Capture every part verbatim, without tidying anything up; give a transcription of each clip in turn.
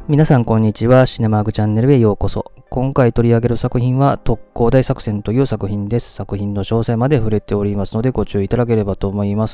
皆さんこんにちは。シネマーグチャンネルへようこそ。今回取り上げる作品は特攻大作戦という作品です。作品の詳細まで触れておりますのでご注意いただければと思います。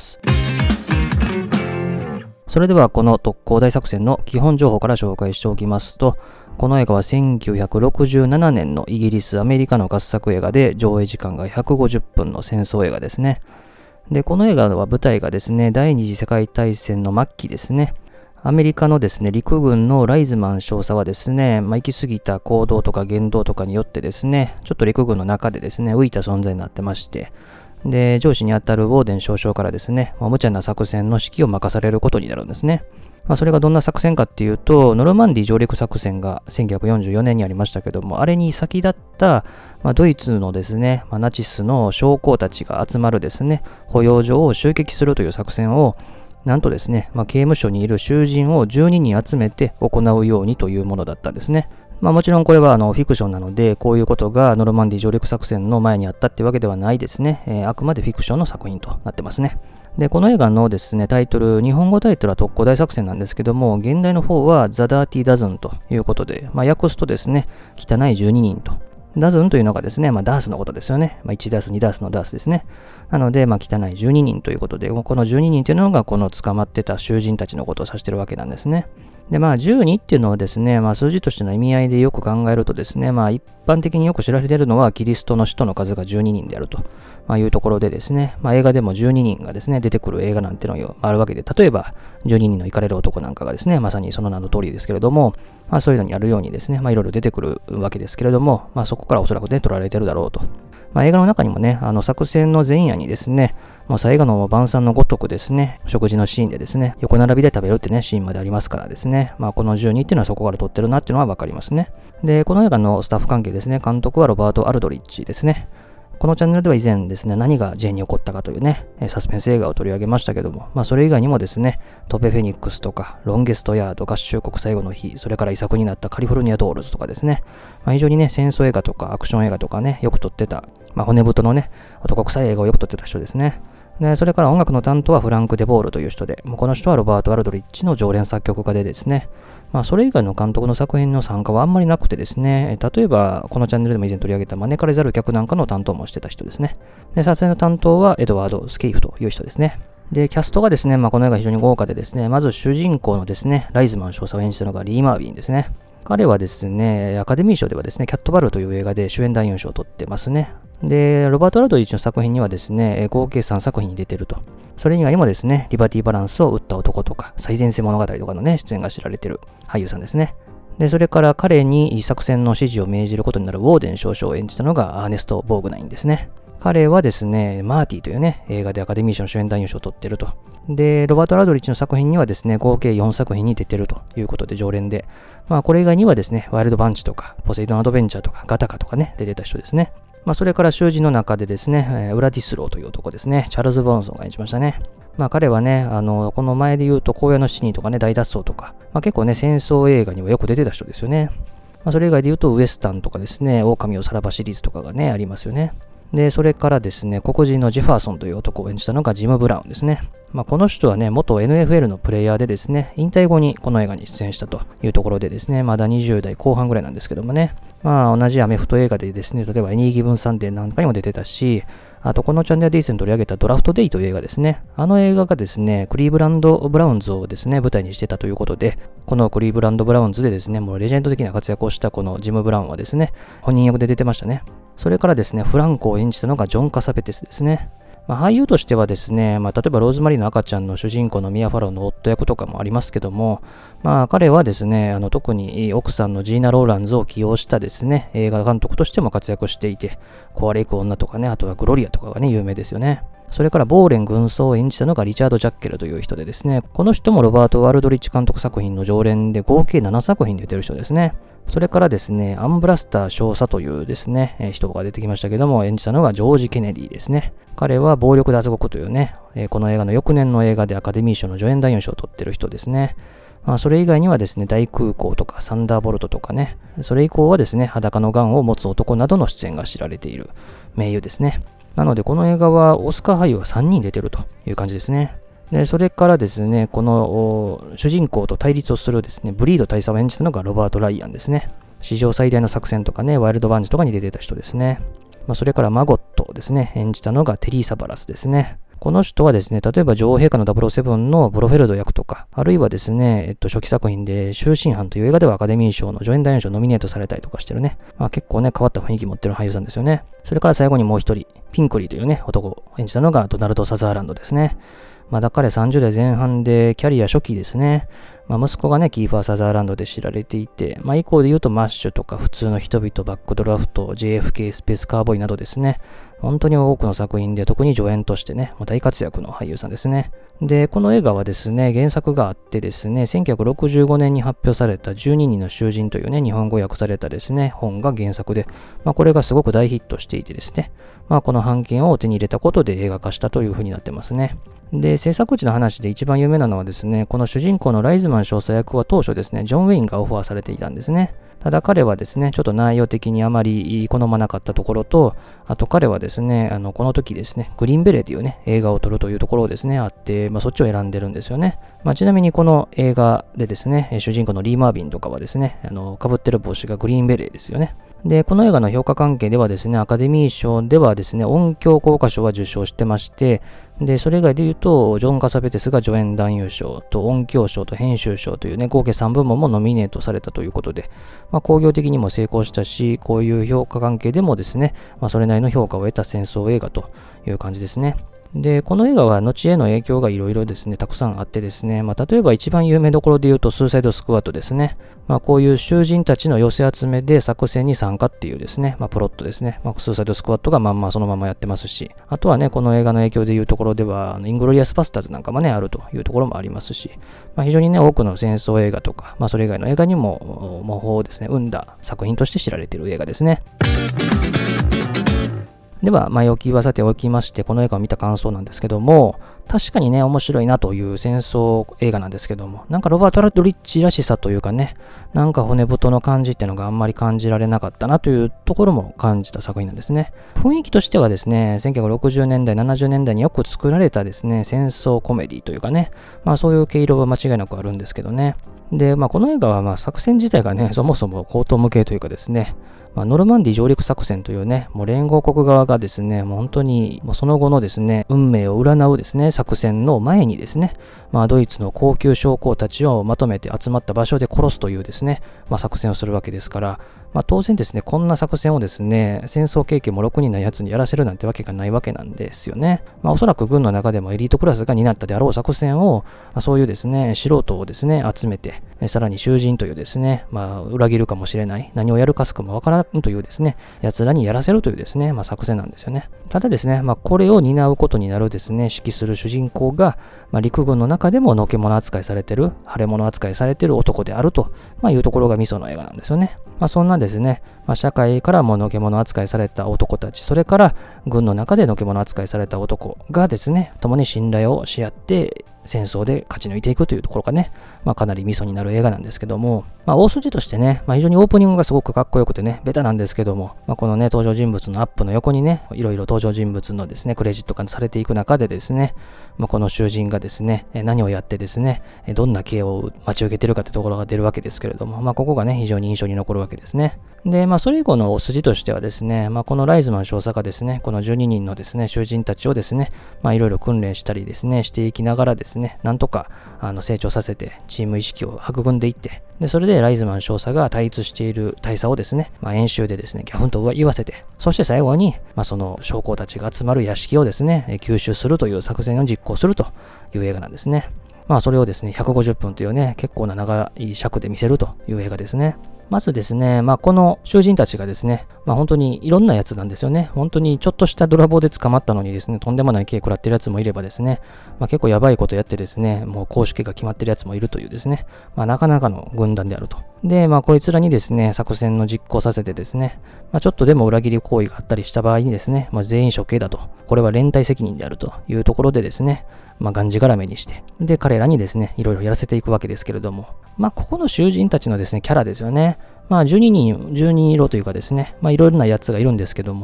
それではこの特攻大作戦の基本情報から紹介しておきますと、この映画はせんきゅうひゃくろくじゅうななねんのイギリス・アメリカの合作映画で、上映時間がひゃくごじゅっぷんの戦争映画ですね。で、この映画は舞台がですね、第二次世界大戦の末期ですね。アメリカのですね、陸軍のライズマン少佐はですね、まあ、行き過ぎた行動とか言動とかによってですね、ちょっと陸軍の中でですね、浮いた存在になってまして、で、上司にあたるウォーデン少将からですね、まあ、無茶な作戦の指揮を任されることになるんですね。まあ、それがどんな作戦かっていうと、ノルマンディー上陸作戦がせんきゅうひゃくよんじゅうよねんにありましたけども、あれに先立った、まあ、ドイツのですね、まあ、ナチスの将校たちが集まるですね、保養所を襲撃するという作戦を、なんとですね、まあ、刑務所にいる囚人をじゅうににん集めて行うようにというものだったんですね。まあもちろんこれはあのフィクションなので、こういうことがノルマンディー上陸作戦の前にあったってわけではないですね。えー、あくまでフィクションの作品となってますね。で、この映画のですね、タイトル、日本語タイトルは特攻大作戦なんですけども、現代の方はザ・ダーティー・ダズンということで、まあ訳すとですね、汚いじゅうににんと。ダズンというのがですね、まあダースのことですよね。まあいちダース、にダースのダースですね。なので、まあ汚いじゅうににんということで、このじゅうににんというのがこの捕まってた囚人たちのことを指してるわけなんですね。で、まあじゅうにっていうのはですね、まあ数字としての意味合いでよく考えるとですね、まあ一般的によく知られているのはキリストの使徒の数がじゅうににんであると、まあ、いうところでですね、まあ映画でもじゅうににんがですね、出てくる映画なんていうのがあるわけで、例えばじゅうににんのイカれる男なんかがですね、まさにその名の通りですけれども、まあそういうのにあるようにですね、まあいろいろ出てくるわけですけれども、まあそこからおそらくね、取られてるだろうと。まあ映画の中にもね、あの作戦の前夜にですね、まあ最後の晩餐のごとくですね、食事のシーンでですね、横並びで食べるってね、シーンまでありますからですね、まあこのじゅうにっていうのはそこから撮ってるなっていうのはわかりますね。で、この映画のスタッフ関係ですね、監督はロバート・アルドリッチですね。このチャンネルでは以前ですね、何がジェーンに起こったかというね、サスペンス映画を取り上げましたけども、まあそれ以外にもですね、トペ・フェニックスとか、ロンゲスト・ヤード、合衆国最後の日、それから遺作になったカリフォルニア・ドールズとかですね、まあ非常にね、戦争映画とかアクション映画とかね、よく撮ってた、まあ骨太のね、男臭い映画をよく撮ってた人ですね。で、それから音楽の担当はフランク・デボールという人で、もうこの人はロバート・アルドリッチの常連作曲家でですね、まあそれ以外の監督の作品の参加はあんまりなくてですね、例えばこのチャンネルでも以前取り上げた招かれざる客なんかの担当もしてた人ですね。で、撮影の担当はエドワード・スケイフという人ですね。で、キャストがですね、まあこの映画非常に豪華でですね、まず主人公のですね、ライズマン少佐を演じたのがリー・マービンですね。彼はですね、アカデミー賞ではですね、キャットバルという映画で主演男優賞を取ってますね。で、ロバート・アルドリッチの作品にはですね、合計さんさく品に出てると。それ以外にもですね、リバティバランスを打った男とか、最前線物語とかのね、出演が知られてる俳優さんですね。で、それから彼に作戦の指示を命じることになるウォーデン少将を演じたのがアーネスト・ボーグナインですね。彼はですね、マーティというね、映画でアカデミー賞の主演男優賞を取ってると。で、ロバート・アルドリッチの作品にはですね、合計よんさく品に出てるということで常連で、まあこれ以外にはですね、ワイルド・バンチとか、ポセイドン・アドベンチャーとか、ガタカとかね、出てた人ですね。まあそれから囚人の中でですね、ウラディスローという男ですね、チャールズ・ボンソンが演じましたね。まあ彼はね、あの、この前で言うと荒野の死にとかね、大脱走とか、まあ結構ね、戦争映画にはよく出てた人ですよね。まあそれ以外で言うとウエスタンとかですね、狼をさらばシリーズとかがね、ありますよね。で、それからですね、黒人のジェファーソンという男を演じたのがジム・ブラウンですね。まあ、この人はね、元 エヌエフエル のプレイヤーでですね、引退後にこの映画に出演したというところでですね、まだにじゅう代後半ぐらいなんですけどもね、まあ、同じアメフト映画でですね、例えばエニー・ギブン・サンデーなんかにも出てたし、あとこのチャンネルで以前取り上げたドラフト・デイという映画ですね。あの映画がですね、クリーブランド・ブラウンズをですね、舞台にしてたということで、このクリーブランド・ブラウンズでですね、もうレジェンド的な活躍をしたこのジム・ブラウンはですね、本人役で出てましたね。それからですね、フランコを演じたのがジョン・カサベテスですね。まあ、俳優としてはですね、まあ、例えばローズマリーの赤ちゃんの主人公のミア・ファローの夫役とかもありますけども、まあ彼はですね、あの特に奥さんのジーナ・ローランズを起用したですね、映画監督としても活躍していて、壊れゆく女とかね、あとはグロリアとかがね、有名ですよね。それからボーレン軍曹を演じたのがリチャード・ジャッケルという人でですね、この人もロバート・ワルドリッチ監督作品の常連で合計ななさく品出てる人ですね。それからですね、アンブラスター少佐というですね、えー、人が出てきましたけども、演じたのがジョージ・ケネディですね。彼は暴力脱獄というね、えー、この映画の翌年の映画でアカデミー賞の助演男優賞を取ってる人ですね。まあ、それ以外にはですね、大空港とかサンダーボルトとかね、それ以降はですね、裸のガンを持つ男などの出演が知られている名優ですね。なので、この映画はオスカー俳優がさんにん出てるという感じですね。 で、それからですね、この主人公と対立をするですね、ブリード大佐を演じたのがロバート・ライアンですね。史上最大の作戦とかね、ワイルドバンジとかに出てた人ですね。まあ、それからマゴットをですね、演じたのがテリー・サバラスですね。この人はですね、例えば女王陛下のダブルオーセブンのブロフェルド役とか、あるいはですね、えっと、初期作品で終身犯という映画ではアカデミー賞の助演男優賞ノミネートされたりとかしてるね。まあ結構ね、変わった雰囲気持ってる俳優さんですよね。それから最後にもう一人、ピンクリーというね、男を演じたのがドナルド・サザーランドですね。まあだ彼さんじゅう代前半でキャリア初期ですね。まあ息子がね、キーファー・サザーランドで知られていて、まあ以降で言うとマッシュとか普通の人々、バックドラフト、ジェイエフケー、スペースカーボーイなどですね。本当に多くの作品で特に助演としてね、大活躍の俳優さんですね。で、この映画はですね、原作があってですね、せんきゅうひゃくろくじゅうごねんに発表されたじゅうににんの囚人というね、日本語訳されたですね、本が原作で、まあこれがすごく大ヒットしていてですね、まあこの版権を手に入れたことで映画化したというふうになってますね。で、制作地の話で一番有名なのはですね、この主人公のライズマン少佐役は当初ですね、ジョン・ウェインがオファーされていたんですね。ただ彼はですね、ちょっと内容的にあまり好まなかったところと、あと彼はですね、あの、この時ですね、グリーンベレーというね、映画を撮るというところをですね、あって、まあそっちを選んでるんですよね。まあちなみにこの映画でですね、主人公のリー・マービンとかはですね、あの、被ってる帽子がグリーンベレーですよね。で、この映画の評価関係ではですね、アカデミー賞ではですね、音響効果賞は受賞してまして、で、それ以外で言うと、ジョン・カサベテスが助演男優賞と音響賞と編集賞というね、合計さんぶんもんもノミネートされたということで、まあ、興行的にも成功したし、こういう評価関係でもですね、まあ、それなりの評価を得た戦争映画という感じですね。で、この映画は後への影響がいろいろですね、たくさんあってですね、まあ、例えば一番有名どころで言うと、スーサイドスクワットですね。まあ、こういう囚人たちの寄せ集めで作戦に参加っていうですね、まあ、プロットですね。まあ、スーサイドスクワットがまんまそのままやってますし、あとはね、この映画の影響でいうところでは、あのイングロリアスバスターズなんかもね、あるというところもありますし、まあ、非常にね、多くの戦争映画とか、まあ、それ以外の映画にも模倣をですね、生んだ作品として知られている映画ですね。では、前置きはさておきまして、この映画を見た感想なんですけども、確かにね、面白いなという戦争映画なんですけども、なんかロバート・ラッドリッチらしさというかね、なんか骨太の感じっていうのがあんまり感じられなかったなというところも感じた作品なんですね。雰囲気としてはですね、せんきゅうひゃくろくじゅうねんだい、ななじゅうねんだいによく作られたですね、戦争コメディというかね、まあそういう毛色は間違いなくあるんですけどね。で、まあこの映画はまあ作戦自体がね、そもそも高等無形というかですね、まあ、ノルマンディ上陸作戦というね、もう連合国側がですね、もう本当にもうその後のですね、運命を占うですね、作戦の前にですね、まあドイツの高級将校たちをまとめて集まった場所で殺すというですね、まあ作戦をするわけですから、まあ当然ですね、こんな作戦をですね、戦争経験もろくにないやつにやらせるなんてわけがないわけなんですよね。まあおそらく軍の中でもエリートクラスが担ったであろう作戦を、まあ、そういうですね、素人をですね、集めて、さらに囚人というですね、まあ裏切るかもしれない、何をやるかすかもわからんというですね、奴らにやらせるというですね、まあ作戦なんですよね。ただですね、まあこれを担うことになるですね、指揮する主人公が、まあ陸軍の中でものけ者扱いされてる、腫れ物扱いされてる男であると、まあいうところがミソの映画なんですよね。まあそんなですね、まあ社会からものけ者扱いされた男たち、それから軍の中でのけ者扱いされた男がですね、共に信頼をし合って、戦争で勝ち抜いていくというところがね、まあかなりミソになる映画なんですけども、まあ大筋としてね、まあ非常にオープニングがすごくかっこよくてね、ベタなんですけども、まあこのね、登場人物のアップの横にね、いろいろ登場人物のですね、クレジットがされていく中でですね、まあこの囚人がですね、何をやってですね、どんな刑を待ち受けてるかってところが出るわけですけれども、まあここがね、非常に印象に残るわけですね。で、まあそれ以降のお筋としてはですね、まあこのライズマン少佐がですね、このじゅうににんのですね、囚人たちをですね、まあいろいろ訓練したりですね、していきながらですね、なんとかあの成長させてチーム意識を育んでいって、で、それでライズマン少佐が対立している大佐をですね、まあ演習でですね、ギャフンと言わせて、そして最後に、まあその将校たちが集まる屋敷をですね、吸収するという作戦を実行するという映画なんですね。まあそれをですね、ひゃくごじゅっぷんというね、結構な長い尺で見せるという映画ですね。まずですね、まあこの囚人たちがですね、まあ本当にいろんなやつなんですよね。本当にちょっとした泥棒で捕まったのにですね、とんでもない刑食らってるやつもいればですね、まあ結構やばいことやってですね、もう公式が決まってるやつもいるというですね、まあなかなかの軍団であると。で、まあこいつらにですね、作戦の実行させてですね、まあちょっとでも裏切り行為があったりした場合にですね、まあ全員処刑だと。これは連帯責任であるというところでですね、まあがんじがらめにして、で、彼らにですね、いろいろやらせていくわけですけれども、まあここの囚人たちのですね、キャラですよね。まあじゅうににん、じゅうに色というかですね、まあいろいろなやつがいるんですけども、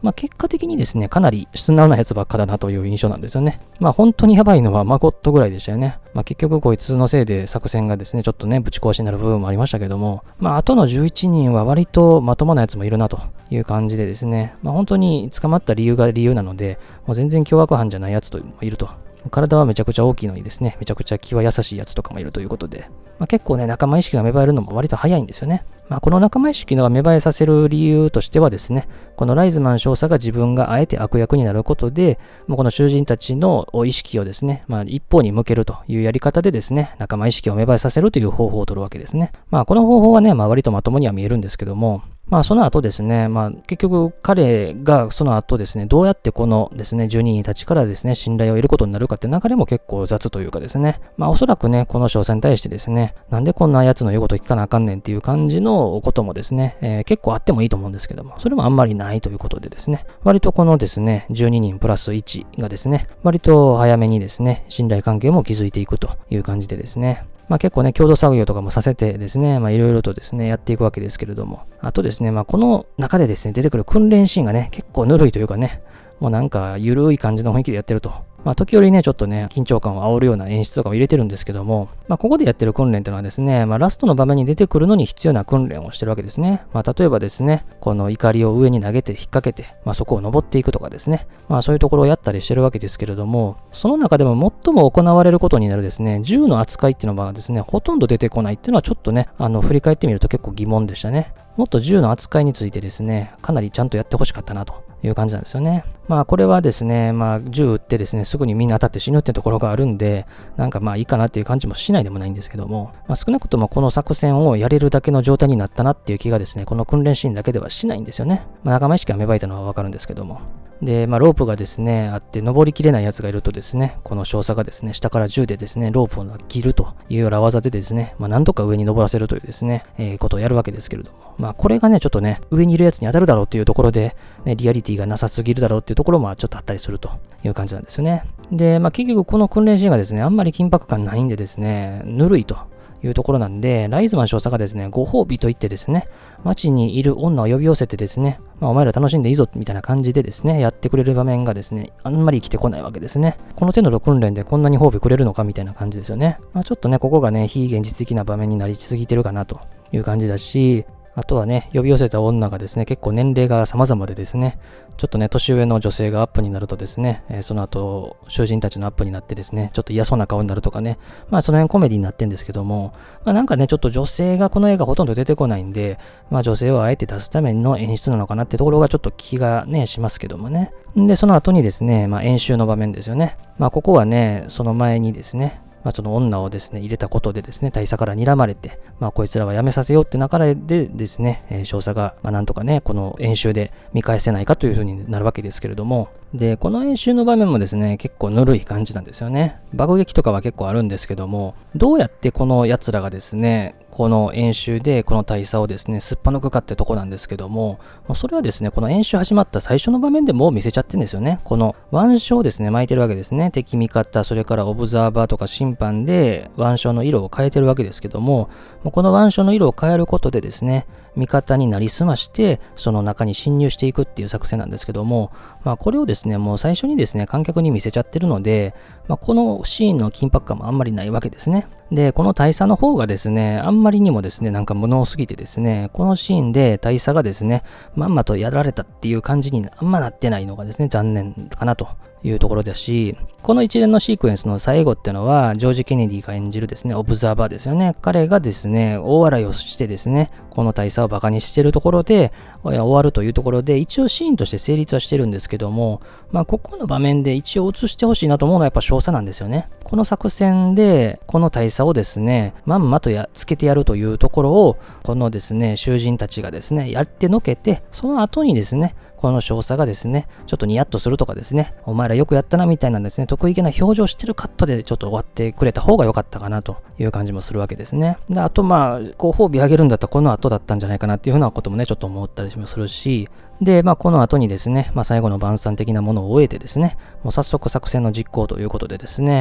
まあ結果的にですね、かなり素直なやつばっかだなという印象なんですよね。まあ本当にやばいのはマゴットぐらいでしたよね。まあ結局こいつのせいで作戦がですね、ちょっとね、ぶち壊しになる部分もありましたけども、まああとのじゅういちにんは割とまともなやつもいるなという感じでですね、まあ本当に捕まった理由が理由なので、もう全然凶悪犯じゃないやつともいると。体はめちゃくちゃ大きいのにですね、めちゃくちゃ気は優しいやつとかもいるということで、まあ、結構ね、仲間意識が芽生えるのも割と早いんですよね。まあ、この仲間意識が芽生えさせる理由としてはですね、このライズマン少佐が自分があえて悪役になることで、もうこの囚人たちの意識をですね、まあ、一方に向けるというやり方でですね、仲間意識を芽生えさせるという方法を取るわけですね。まあ、この方法はね、まあ、割とまともには見えるんですけども、まあその後ですね、まあ結局彼がその後ですね、どうやってこのですね、じゅうににんたちからですね、信頼を得ることになるかって流れも結構雑というかですね、まあおそらくね、この少佐に対してですね、なんでこんなやつの言うこと聞かなあかんねんっていう感じのこともですね、えー、結構あってもいいと思うんですけども、それもあんまりないということでですね、割とこのですね、じゅうににんプラスいちがですね、割と早めにですね、信頼関係も築いていくという感じでですね、まあ結構ね、共同作業とかもさせてですね、まあいろいろとですね、やっていくわけですけれども、あとですね、まあこの中でですね、出てくる訓練シーンがね、結構ぬるいというかね、もうなんかゆるい感じの雰囲気でやってると。まあ時折ね、ちょっとね、緊張感を煽るような演出とかを入れてるんですけども、まあここでやってる訓練っていうのはですね、まあラストの場面に出てくるのに必要な訓練をしてるわけですね。まあ例えばですね、この怒りを上に投げて引っ掛けて、まあそこを登っていくとかですね、まあそういうところをやったりしてるわけですけれども、その中でも最も行われることになるですね、銃の扱いっていうのがですね、ほとんど出てこないっていうのはちょっとね、あの振り返ってみると結構疑問でしたね。もっと銃の扱いについてですね、かなりちゃんとやってほしかったなという感じなんですよね。まあこれはですね、まあ銃撃ってですね、すぐにみんな当たって死ぬってところがあるんで、なんかまあいいかなっていう感じもしないでもないんですけども、まあ少なくともこの作戦をやれるだけの状態になったなっていう気がですね、この訓練シーンだけではしないんですよね。まあ仲間意識が芽生えたのはわかるんですけども。で、まあロープがですね、あって登りきれないやつがいるとですね、この少佐がですね、下から銃でですね、ロープを切るというような技でですね、まあなんとか上に登らせるというですね、えー、ことをやるわけですけれども、まあこれがね、ちょっとね、上にいるやつに当たるだろうっていうところで、ね、リアリティがなさすぎるだろうっていうところもちょっとあったりするという感じなんですよね。で、まあ結局この訓練シーンがですね、あんまり緊迫感ないんでですね、ぬるいというところなんで、ライズマン少佐がですね、ご褒美と言ってですね、街にいる女を呼び寄せてですね、まあ、お前ら楽しんでいいぞみたいな感じでですね、やってくれる場面がですね、あんまり生きてこないわけですね。この程度の訓練でこんなに褒美くれるのかみたいな感じですよね。まあ、ちょっとね、ここがね、非現実的な場面になりすぎてるかなという感じだし、あとはね、呼び寄せた女がですね、結構年齢が様々でですね、ちょっとね、年上の女性がアップになるとですね、えー、その後、囚人たちのアップになってですね、ちょっと嫌そうな顔になるとかね、まあその辺コメディになってんですけども、まあなんかね、ちょっと女性がこの映画ほとんど出てこないんで、まあ女性をあえて出すための演出なのかなってところがちょっと気がね、しますけどもね。で、その後にですね、まあ演習の場面ですよね。まあここはね、その前にですね、まあ、その女をですね、入れたことでですね、大佐から睨まれて、まあ、こいつらはやめさせようって流れでですね、えー、少佐が、まあ、なんとかね、この演習で見返せないかというふうになるわけですけれども、で、この演習の場面もですね、結構ぬるい感じなんですよね。爆撃とかは結構あるんですけども、どうやってこの奴らがですね、この演習でこの大佐をですね、すっぱ抜くかってとこなんですけども、それはですね、この演習始まった最初の場面でもう見せちゃってるんですよね。この腕章をですね、巻いてるわけですね。敵味方、それからオブザーバーとか審判で腕章の色を変えてるわけですけども、この腕章の色を変えることでですね、味方になりすまして、その中に侵入していくっていう作戦なんですけども、まあこれをですね、もう最初にですね、観客に見せちゃってるので、まあ、このシーンの緊迫感もあんまりないわけですね。で、この大佐の方がですね、あんまりにもですね、なんか無能すぎてですね、このシーンで大佐がですね、まんまとやられたっていう感じにあんまなってないのがですね、残念かなというところだし、この一連のシークエンスの最後っていうのは、ジョージ・ケネディが演じるですね、オブザーバーですよね。彼がですね、大笑いをしてですね、この大佐をバカにしてるところで、終わるというところで、一応シーンとして成立はしてるんですけども、まあ、ここの場面で一応映してほしいなと思うのはやっぱ少佐なんですよね。この作戦で、この大佐をですね、まんまとやっつけてやるというところを、このですね、囚人たちがですね、やってのけて、その後にですね、この少佐がですね、ちょっとニヤッとするとかですね、お前らよくやったなみたいなですね、得意げな表情してるカットでちょっと終わってくれた方が良かったかなという感じもするわけですね。で、あとまあ、こう褒美あげるんだったらこの後だったんじゃないかなっていうふうなこともね、ちょっと思ったりもするし、で、まあこの後にですね、まあ最後の晩餐的なものを終えてですね、もう早速作戦の実行ということでですね、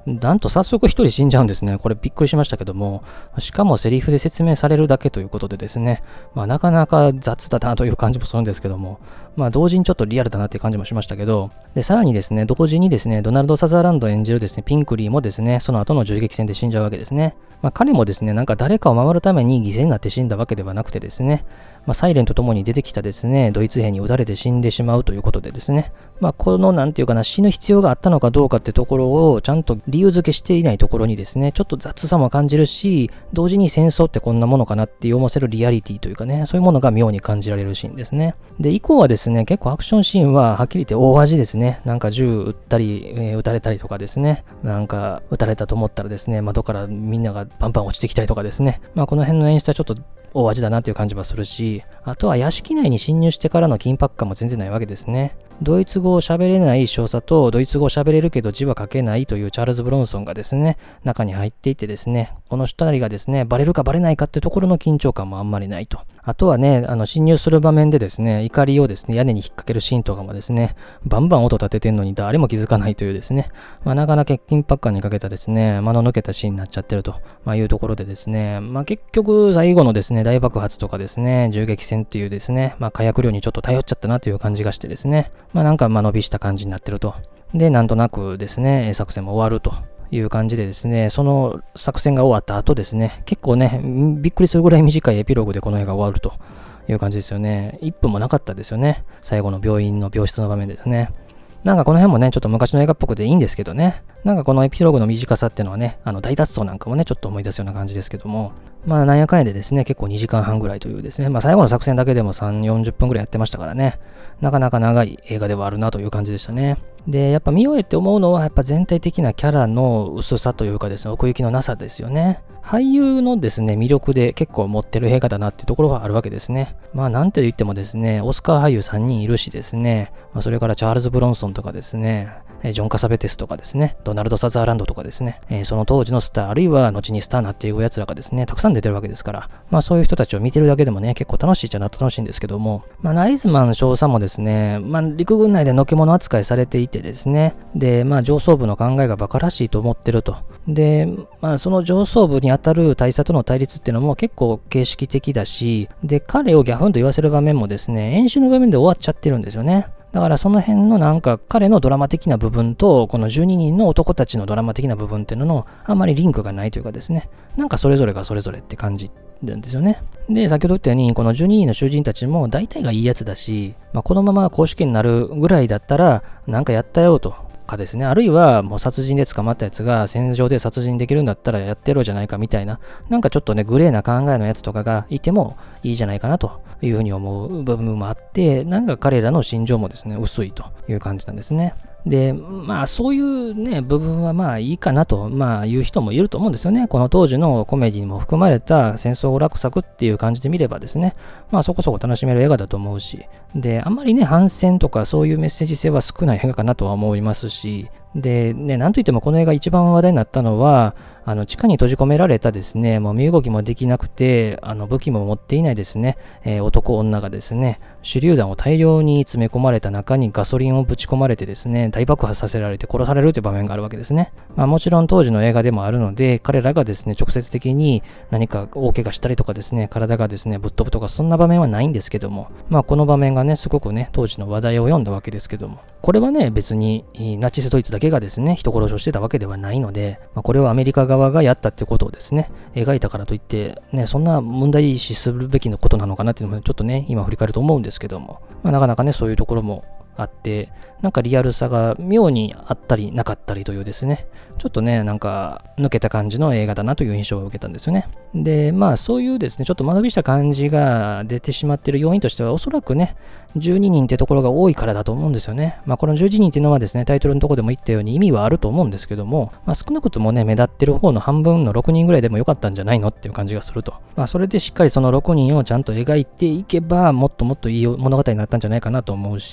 なんと早速一人死んじゃうんですね。これびっくりしましたけども、しかもセリフで説明されるだけということでですね、まあなかなか雑だなという感じもするんですけども、まあ同時にちょっとリアルだなっていう感じもしましたけど、で、さらにですね、同時にですね、ドナルド・サザーランド演じるですね、ピンクリーもですね、その後の銃撃戦で死んじゃうわけですね。まあ彼もですね、なんか誰かを守るために犠牲になって死んだわけではなくてですね、まあサイレンとともに出てきたですね、ドイツ兵に撃たれて死んでしまうということでですね、まあこのなんていうかな、死ぬ必要があったのかどうかってところをちゃんと理由付けしていないところにですね、ちょっと雑さも感じるし、同時に戦争ってこんなものかなって思わせるリアリティというかね、そういうものが妙に感じられるシーンですね。で、以降はですね、結構アクションシーンははっきり言って大味ですね。なんか銃撃ったり、えー、撃たれたりとかですね、なんか撃たれたと思ったらですね、窓からみんながバンバン落ちてきたりとかですね、まあこの辺の演出はちょっと大味だなっていう感じはするし、あとは屋敷内に侵入してからの緊迫感も全然ないわけですね。ドイツ語を喋れない少佐とドイツ語を喋れるけど字は書けないというチャールズ・ブロンソンがですね、中に入っていってですね、この二人がですね、バレるかバレないかってところの緊張感もあんまりないと。あとはね、あの侵入する場面でですね、怒りをですね、屋根に引っ掛けるシーンとかもですね、バンバン音立ててんのに誰も気づかないというですね、まあなかなか緊迫感にかけたですね、間の抜けたシーンになっちゃってると、まあ、いうところでですね、まあ結局最後のですね、大爆発とかですね、銃撃戦っていうですね、まあ火薬量にちょっと頼っちゃったなという感じがしてですね、まあなんか間延びした感じになってると。で、なんとなくですね、作戦も終わるという感じでですね、その作戦が終わった後ですね、結構ね、びっくりするぐらい短いエピローグでこの映画終わるという感じですよね。いっぷんもなかったですよね。最後の病院の病室の場面ですね。なんかこの辺もね、ちょっと昔の映画っぽくていいんですけどね。なんかこのエピローグの短さっていうのはね、あの大脱走なんかもね、ちょっと思い出すような感じですけども、まあなんやかんやでですね、結構にじかんはんぐらいというですね、まあ最後の作戦だけでもさんじゅう、よんじゅっぷんぐらいやってましたからね、なかなか長い映画ではあるなという感じでしたね。で、やっぱ見終えて思うのは、やっぱ全体的なキャラの薄さというかですね、奥行きのなさですよね。俳優のですね、魅力で結構持ってる映画だなっていうところはあるわけですね。まあなんて言ってもですね、オスカー俳優さんにんいるしですね、まあ、それからチャールズ・ブロンソンとかですね、ジョン・カサベテスとかですね、ドナルド・サザーランドとかですね、えー、その当時のスター、あるいは後にスターになっていく奴らがですね、たくさん出てるわけですから、まあそういう人たちを見てるだけでもね、結構楽しいっちゃな楽しいんですけども、まあナイズマン少佐もですね、まあ陸軍内でのけ者扱いされていてですね、で、まあ上層部の考えが馬鹿らしいと思ってると。で、まあその上層部にあたる大佐との対立っていうのも結構形式的だし、で、彼をギャフンと言わせる場面もですね、演習の場面で終わっちゃってるんですよね。だからその辺のなんか彼のドラマ的な部分とこのじゅうににんの男たちのドラマ的な部分っていうののあんまりリンクがないというかですね、なんかそれぞれがそれぞれって感じるんですよね。で、先ほど言ったようにこのじゅうににんの囚人たちも大体がいいやつだし、まあ、このまま公式になるぐらいだったらなんかやったよとかですね、あるいはもう殺人で捕まったやつが戦場で殺人できるんだったらやってるじゃないかみたいな、なんかちょっとねグレーな考えのやつとかがいてもいいじゃないかなというふうに思う部分もあって、なんか彼らの心情もですね薄いという感じなんですね。で、まあそういうね、部分はまあいいかなと、まあ言う人もいると思うんですよね。この当時のコメディにも含まれた戦争落作っていう感じで見ればですね、まあそこそこ楽しめる映画だと思うし、で、あんまりね、反戦とかそういうメッセージ性は少ない映画かなとは思いますし、で、ね、なんといってもこの映画一番話題になったのは、あの、地下に閉じ込められたですね、もう身動きもできなくて、あの、武器も持っていないですね、えー、男女がですね、手榴弾を大量に詰め込まれた中にガソリンをぶち込まれてですね、大爆発させられて殺されるという場面があるわけですね。まあもちろん当時の映画でもあるので、彼らがですね、直接的に何か大怪我したりとかですね、体がですね、ぶっ飛ぶとかそんな場面はないんですけども、まあこの場面がね、すごくね、当時の話題を読んだわけですけども、これはね、別にナチスドイツだけがですね、人殺しをしてたわけではないので、まあ、これはアメリカ側がやったってことをですね、描いたからといって、ね、そんな問題視するべきのことなのかなっていうのもちょっとね、今振り返ると思うんですけども、まあ、なかなかね、そういうところもあって、なんかリアルさが妙にあったりなかったりというですね、ちょっとね、なんか抜けた感じの映画だなという印象を受けたんですよね。で、まあそういうですね、ちょっと間延びした感じが出てしまっている要因としては、おそらくね、じゅうににんってところが多いからだと思うんですよね。まあこのじゅうににんっていうのはですね、タイトルのところでも言ったように意味はあると思うんですけども、まあ少なくともね、目立ってる方の半分のろくにんぐらいでもよかったんじゃないのっていう感じがすると。まあそれでしっかりそのろくにんをちゃんと描いていけば、もっともっといい物語になったんじゃないかなと思うし、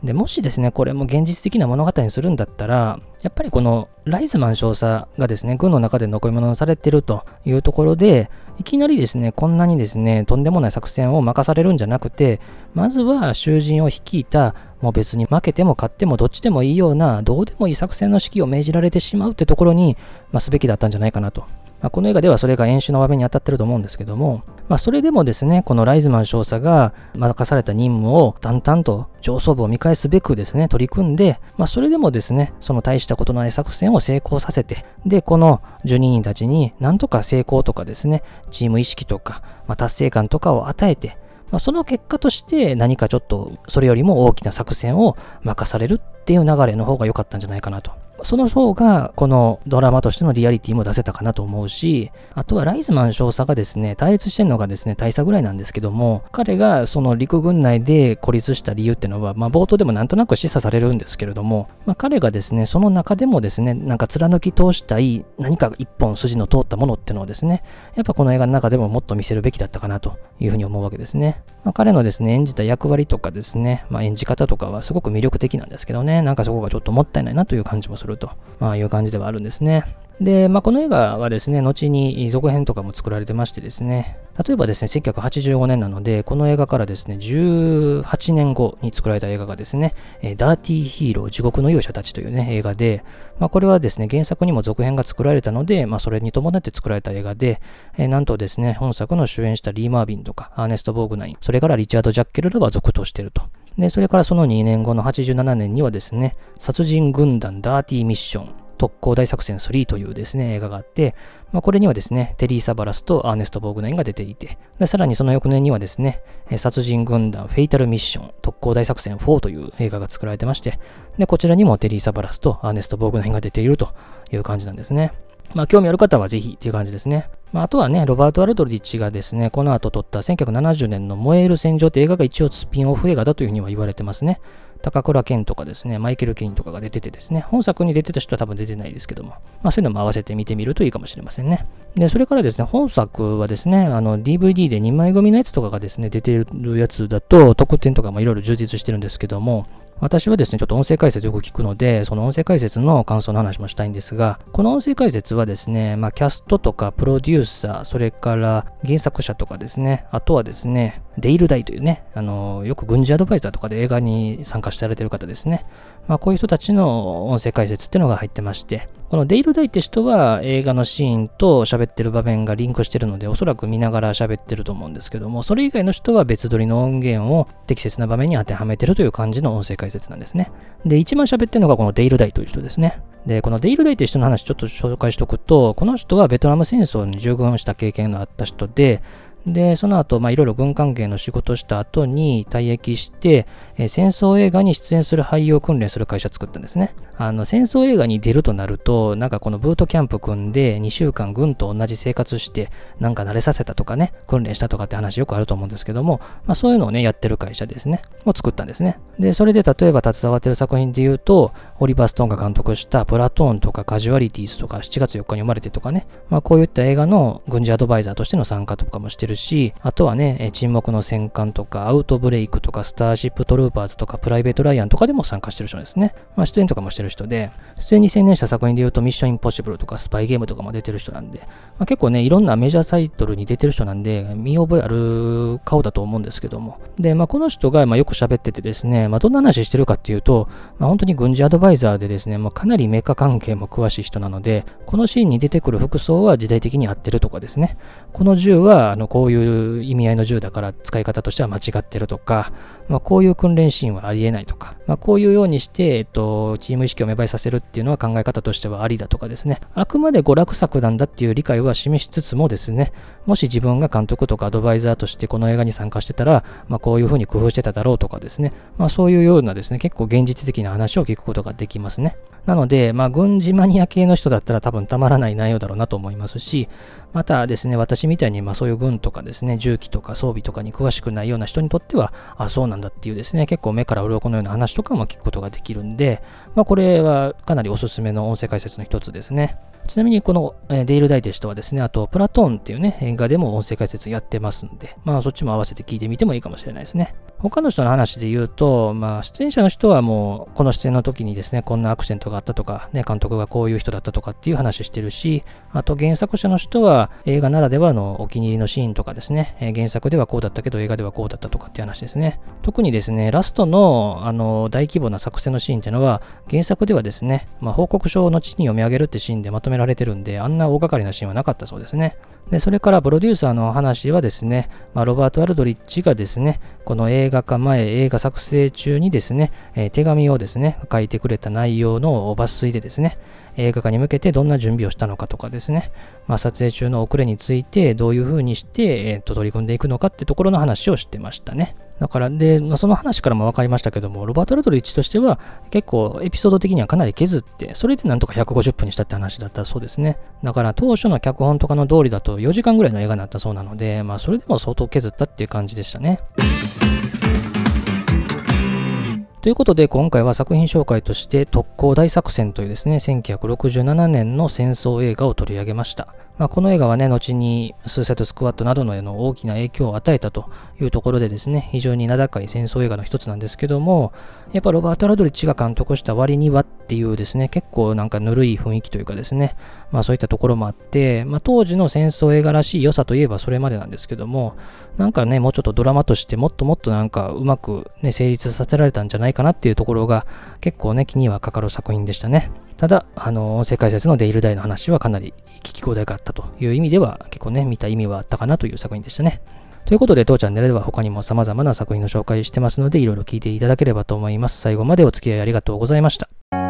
で、もしですね、これも現実的な物語にするんだったら、やっぱりこのライズマン少佐がですね、軍の中で残り物をされているというところで、いきなりですね、こんなにですね、とんでもない作戦を任されるんじゃなくて、まずは囚人を率いた、もう別に負けても勝ってもどっちでもいいような、どうでもいい作戦の指揮を命じられてしまうってところに、まあ、すべきだったんじゃないかなと。まあ、この映画ではそれが演習の場面に当たってると思うんですけども、まあ、それでもですね、このライズマン少佐が任された任務を淡々と上層部を見返すべくですね、取り組んで、まあ、それでもですね、その大したことのない作戦を成功させて、で、このじゅうににんたちになんとか成功とかですね、チーム意識とか、まあ、達成感とかを与えて、まあ、その結果として何かちょっとそれよりも大きな作戦を任されるっていう流れの方が良かったんじゃないかなと。その方がこのドラマとしてのリアリティも出せたかなと思うし、あとはライズマン少佐がですね、対立してるのがですね、大佐ぐらいなんですけども、彼がその陸軍内で孤立した理由っていうのは、まあ冒頭でもなんとなく示唆されるんですけれども、まあ彼がですね、その中でもですね、なんか貫き通したい何か一本筋の通ったものっていうのをですね、やっぱこの映画の中でももっと見せるべきだったかなというふうに思うわけですね。まあ、彼のですね、演じた役割とかですね、まあ、演じ方とかはすごく魅力的なんですけどね、なんかそこがちょっともったいないなという感じもすると、まあいう感じではあるんですね。で、まあ、この映画はですね、後に続編とかも作られてましてですね、例えばですね、せんきゅうひゃくはちじゅうごねんなので、この映画からですね、じゅうはちねんごに作られた映画がですね、ダーティーヒーロー地獄の勇者たちというね、映画で、まあ、これはですね、原作にも続編が作られたので、まあ、それに伴って作られた映画で、えー、なんとですね、本作の主演したリー・マービンとか、アーネスト・ボーグナイン、それからリチャード・ジャッケルらは続投していると。で、それからそのにねんごのはちじゅうななねんにはですね、殺人軍団ダーティーミッション、特攻大作戦スリーというですね、映画があって、まあ、これにはですね、テリー・サバラスとアーネスト・ボーグナインが出ていて、でさらにその翌年にはですね、殺人軍団フェイタル・ミッション特攻大作戦フォーという映画が作られてまして、で、こちらにもテリー・サバラスとアーネスト・ボーグナインが出ているという感じなんですね。まあ、興味ある方はぜひっていう感じですね。まあ、あとはね、ロバート・アルドリッチがですね、この後撮ったせんきゅうひゃくななじゅうねんの燃える戦場って映画が一応スピンオフ映画だというふうには言われてますね。高倉健とかですね、マイケル・ケインとかが出ててですね、本作に出てた人は多分出てないですけども、まあそういうのも合わせて見てみるといいかもしれませんね。で、それからですね、本作はですね、あの ディーブイディー でにまい組のやつとかがですね、出ているやつだと、特典とかもいろいろ充実してるんですけども、私はですね、ちょっと音声解説よく聞くので、その音声解説の感想の話もしたいんですが、この音声解説はですね、まあ、キャストとかプロデューサー、それから原作者とかですね、あとはですね、デイル・ダイというね、あの、よく軍事アドバイザーとかで映画に参加してられてる方ですね。まあ、こういう人たちの音声解説っていうのが入ってまして、このデイル・ダイって人は映画のシーンと喋ってる場面がリンクしてるので、おそらく見ながら喋ってると思うんですけども、それ以外の人は別撮りの音源を適切な場面に当てはめてるという感じの音声解説なんですね。で、一番喋ってるのがこのデイル・ダイという人ですね。で、このデイル・ダイという人の話ちょっと紹介しておくと、この人はベトナム戦争に従軍した経験のあった人で、で、その後、まあ、いろいろ軍関係の仕事をした後に退役して、えー、戦争映画に出演する俳優を訓練する会社を作ったんですね。あの、戦争映画に出るとなると、なんかこのブートキャンプ組んでにしゅうかん軍と同じ生活して、なんか慣れさせたとかね、訓練したとかって話よくあると思うんですけども、まあそういうのをね、やってる会社ですね。を作ったんですね。で、それで例えば携わってる作品で言うと、オリバー・ストーンが監督したプラトーンとかカジュアリティーズとかしちがつよっかに生まれてとかね、まあこういった映画の軍事アドバイザーとしての参加とかもしてるし、あとはね、沈黙の戦艦とかアウトブレイクとかスターシップトルーパーズとかプライベートライアンとかでも参加してる人ですね。まあ出演とかもしてる人で、出演に専念した作品で言うとミッションインポッシブルとかスパイゲームとかも出てる人なんで、まあ、結構ね、いろんなメジャータイトルに出てる人なんで、見覚えある顔だと思うんですけども。で、まあこの人がまあよく喋っててですね、まあどんな話してるかっていうと、まあ本当に軍事アドバイザーでですね、まあかなりメカ関係も詳しい人なので、このシーンに出てくる服装は時代的に合ってるとかですね、この銃はあのこういう意味合いの銃だから使い方としては間違ってるとか、まあこういう訓練シーンはありえないとか、まあこういうようにして、えっと、チーム意識を芽生えさせるっていうのは考え方としてはありだとかですね、あくまで娯楽作なんだっていう理解は示しつつもですね、もし自分が監督とかアドバイザーとしてこの映画に参加してたら、まあこういうふうに工夫してただろうとかですね、まあそういうようなですね、結構現実的な話を聞くことができますね。なので、まあ軍事マニア系の人だったら多分たまらない内容だろうなと思いますし、またですね、私みたいにまあそういう軍とかですね、銃器とか装備とかに詳しくないような人にとっては、あ、そうなんだっていうですね、結構目から鱗のような話とかも聞くことができるんで、まあこれはかなりおすすめの音声解説の一つですね。 ちなみにこの、えーデイル・ダイジェストはですね、あとプラトーンっていうね、映画でも音声解説やってますんで、まあそっちも合わせて聞いてみてもいいかもしれないですね。他の人の話で言うと、まあ出演者の人はもうこの出演の時にですね、こんなアクセントがあったとか、ね、監督がこういう人だったとかっていう話してるし、あと原作者の人は映画ならではのお気に入りのシーンとかですね、えー原作ではこうだったけど映画ではこうだったとかっていう話ですね。特にですね、ラストのあの大規模な作戦のシーンっていうのは、原作ではですね、まあ、報告書を後に読み上げるってシーンでまとめられてるんで、あんな大掛かりなシーンはなかったそうですね。で、それからプロデューサーの話はですね、まあ、ロバート・アルドリッチがですね、この映画化前、映画作成中にですね、えー手紙をですね、書いてくれた内容の抜粋でですね、映画化に向けてどんな準備をしたのかとかですね、まあ、撮影中の遅れについてどういう風にして、えーと取り組んでいくのかってところの話をしてましたね。だから、で、まあ、その話からも分かりましたけども、ロバート・アルドリッチとしては結構エピソード的にはかなり削って、それでなんとかひゃくごじゅっぷんにしたって話だったそうですね。だから当初の脚本とかの通りだとよじかんぐらいの映画になったそうなので、まあそれでも相当削ったっていう感じでしたね。ということで、今回は作品紹介として特攻大作戦というですね、せんきゅうひゃくろくじゅうななねんの戦争映画を取り上げました。まあ、この映画はね、後にスーサイドスクワットなどのへの大きな影響を与えたというところでですね、非常に名高い戦争映画の一つなんですけども、やっぱロバート・アルドリッチが監督した割にはっていうですね、結構なんかぬるい雰囲気というかですね、まあそういったところもあって、まあ当時の戦争映画らしい良さといえばそれまでなんですけども、なんかね、もうちょっとドラマとしてもっともっとなんかうまくね、成立させられたんじゃないかなっていうところが結構ね、気にはかかる作品でしたね。ただ、あの、音声解説のデイルダイの話はかなり聞き応えがあったという意味では、結構ね、見た意味はあったかなという作品でしたね。ということで、当チャンネルでは他にも様々な作品の紹介してますので、いろいろ聞いていただければと思います。最後までお付き合いありがとうございました。